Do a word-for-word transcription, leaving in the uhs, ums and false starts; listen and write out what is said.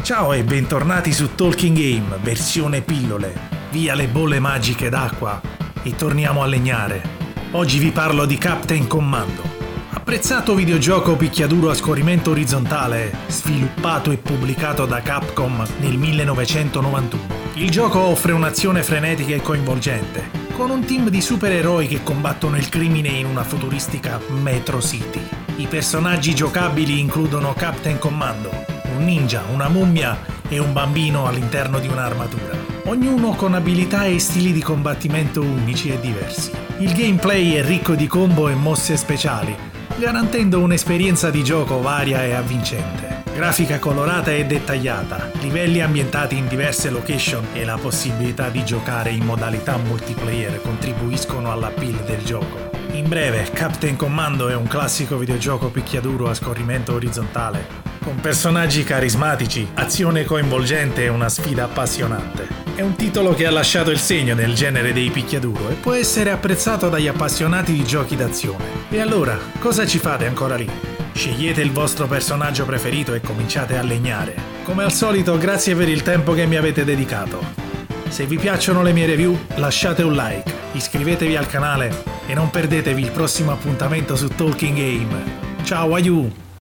Ciao e bentornati su Talking Game, versione pillole. Via le bolle magiche d'acqua e torniamo a legnare. Oggi vi parlo di Captain Commando. Apprezzato videogioco picchiaduro a scorrimento orizzontale, sviluppato e pubblicato da Capcom nel millenovecentonovantuno. Il gioco offre un'azione frenetica e coinvolgente, con un team di supereroi che combattono il crimine in una futuristica Metro City. I personaggi giocabili includono Captain Commando, un ninja, una mummia e un bambino all'interno di un'armatura, ognuno con abilità e stili di combattimento unici e diversi. Il gameplay è ricco di combo e mosse speciali, garantendo un'esperienza di gioco varia e avvincente. Grafica colorata e dettagliata, livelli ambientati in diverse location e la possibilità di giocare in modalità multiplayer contribuiscono all'appeal del gioco. In breve, Captain Commando è un classico videogioco picchiaduro a scorrimento orizzontale, con personaggi carismatici, azione coinvolgente e una sfida appassionante. È un titolo che ha lasciato il segno nel genere dei picchiaduro e può essere apprezzato dagli appassionati di giochi d'azione. E allora, cosa ci fate ancora lì? Scegliete il vostro personaggio preferito e cominciate a legnare. Come al solito, grazie per il tempo che mi avete dedicato. Se vi piacciono le mie review, lasciate un like, iscrivetevi al canale e non perdetevi il prossimo appuntamento su Talking Game. Ciao, aiù!